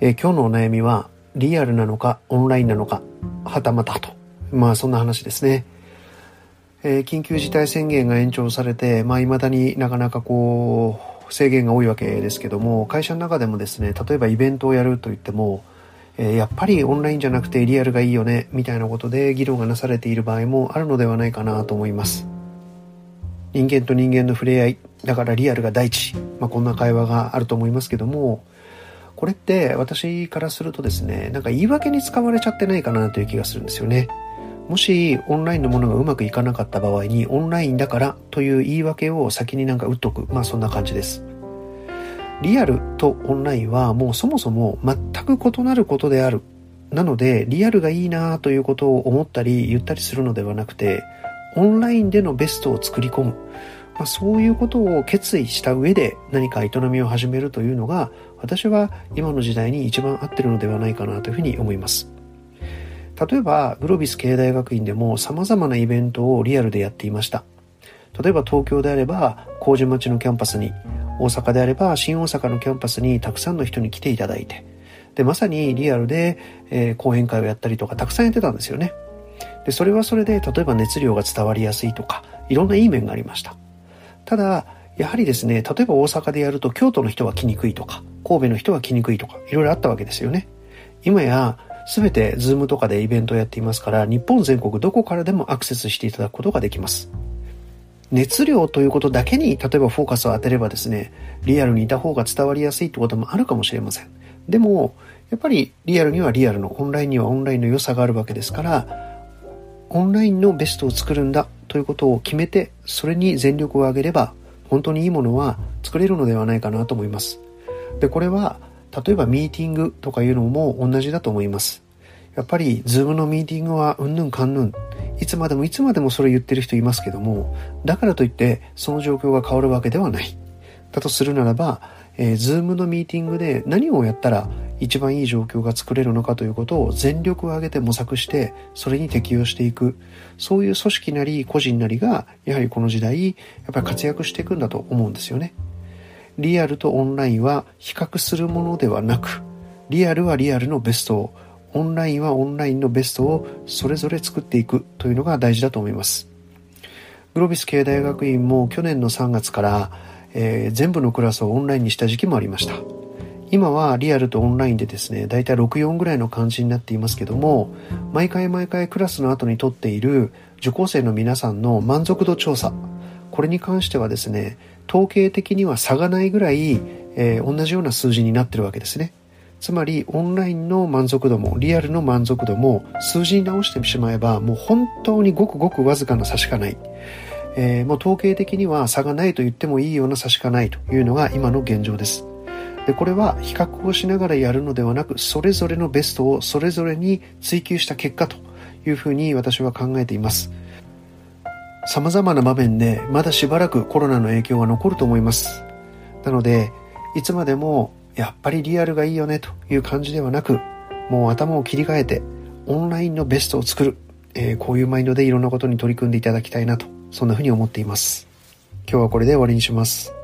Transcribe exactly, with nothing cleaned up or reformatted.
えー、今日のお悩みはリアルなのかオンラインなのかはたまたと、まあそんな話ですね。えー、緊急事態宣言が延長されて、まあ未だになかなかこう制限が多いわけですけども、会社の中でもですね、例えばイベントをやるといっても、えー、やっぱりオンラインじゃなくてリアルがいいよねみたいなことで議論がなされている場合もあるのではないかなと思います。人間と人間の触れ合いだからリアルが第一、まあ、こんな会話があると思いますけども、これって私からするとですね、なんか言い訳に使われちゃってないかなという気がするんですよね。もしオンラインのものがうまくいかなかった場合に、オンラインだからという言い訳を先になんか打っとく、まあそんな感じです。リアルとオンラインはもうそもそも全く異なることである。なのでリアルがいいなということを思ったり言ったりするのではなくて、オンラインでのベストを作り込む、まあ、そういうことを決意した上で何か営みを始めるというのが、私は今の時代に一番合ってるのではないかなというふうに思います。例えばグロビス経営大学院でも様々なイベントをリアルでやっていました。例えば東京であれば麹町のキャンパスに、大阪であれば新大阪のキャンパスにたくさんの人に来ていただいて、でまさにリアルで、えー、講演会をやったりとかたくさんやってたんですよね。でそれはそれで例えば熱量が伝わりやすいとか、いろんないい面がありました。ただやはりですね、例えば大阪でやると京都の人は来にくいとか、神戸の人は来にくいとか、いろいろあったわけですよね。今やすべて Zoom とかでイベントをやっていますから、日本全国どこからでもアクセスしていただくことができます。熱量ということだけに例えばフォーカスを当てればですね、リアルにいた方が伝わりやすいってこともあるかもしれません。でもやっぱりリアルにはリアルの、オンラインにはオンラインの良さがあるわけですから、オンラインのベストを作るんだということを決めて、それに全力を挙げれば本当にいいものは作れるのではないかなと思います。でこれは例えばミーティングとかいうのも同じだと思います。やっぱりズームのミーティングはうんぬんかんぬん、いつまでもいつまでもそれ言ってる人いますけども、だからといってその状況が変わるわけではない。だとするならば、えー、ズームのミーティングで何をやったら一番いい状況が作れるのかということを全力を挙げて模索して、それに適応していく、そういう組織なり個人なりがやはりこの時代やっぱり活躍していくんだと思うんですよね。リアルとオンラインは比較するものではなく、リアルはリアルのベストを、オンラインはオンラインのベストをそれぞれ作っていくというのが大事だと思います。グロビス経営大学院も去年のさんがつから、えー、全部のクラスをオンラインにした時期もありました。今はリアルとオンラインでですね、だいたいろくじゅうよんぐらいの感じになっていますけども、毎回毎回クラスの後に取っている受講生の皆さんの満足度調査、これに関してはですね、統計的には差がないぐらい、えー、同じような数字になってるわけですね。つまりオンラインの満足度もリアルの満足度も数字に直してしまえば、もう本当にごくごくわずかな差しかない、えー、もう統計的には差がないと言ってもいいような差しかないというのが今の現状です。でこれは比較をしながらやるのではなく、それぞれのベストをそれぞれに追求した結果というふうに私は考えています。様々な場面でまだしばらくコロナの影響が残ると思います。なのでいつまでもやっぱりリアルがいいよねという感じではなく、もう頭を切り替えてオンラインのベストを作る、えー、こういうマインドでいろんなことに取り組んでいただきたいなと、そんなふうに思っています。今日はこれで終わりにします。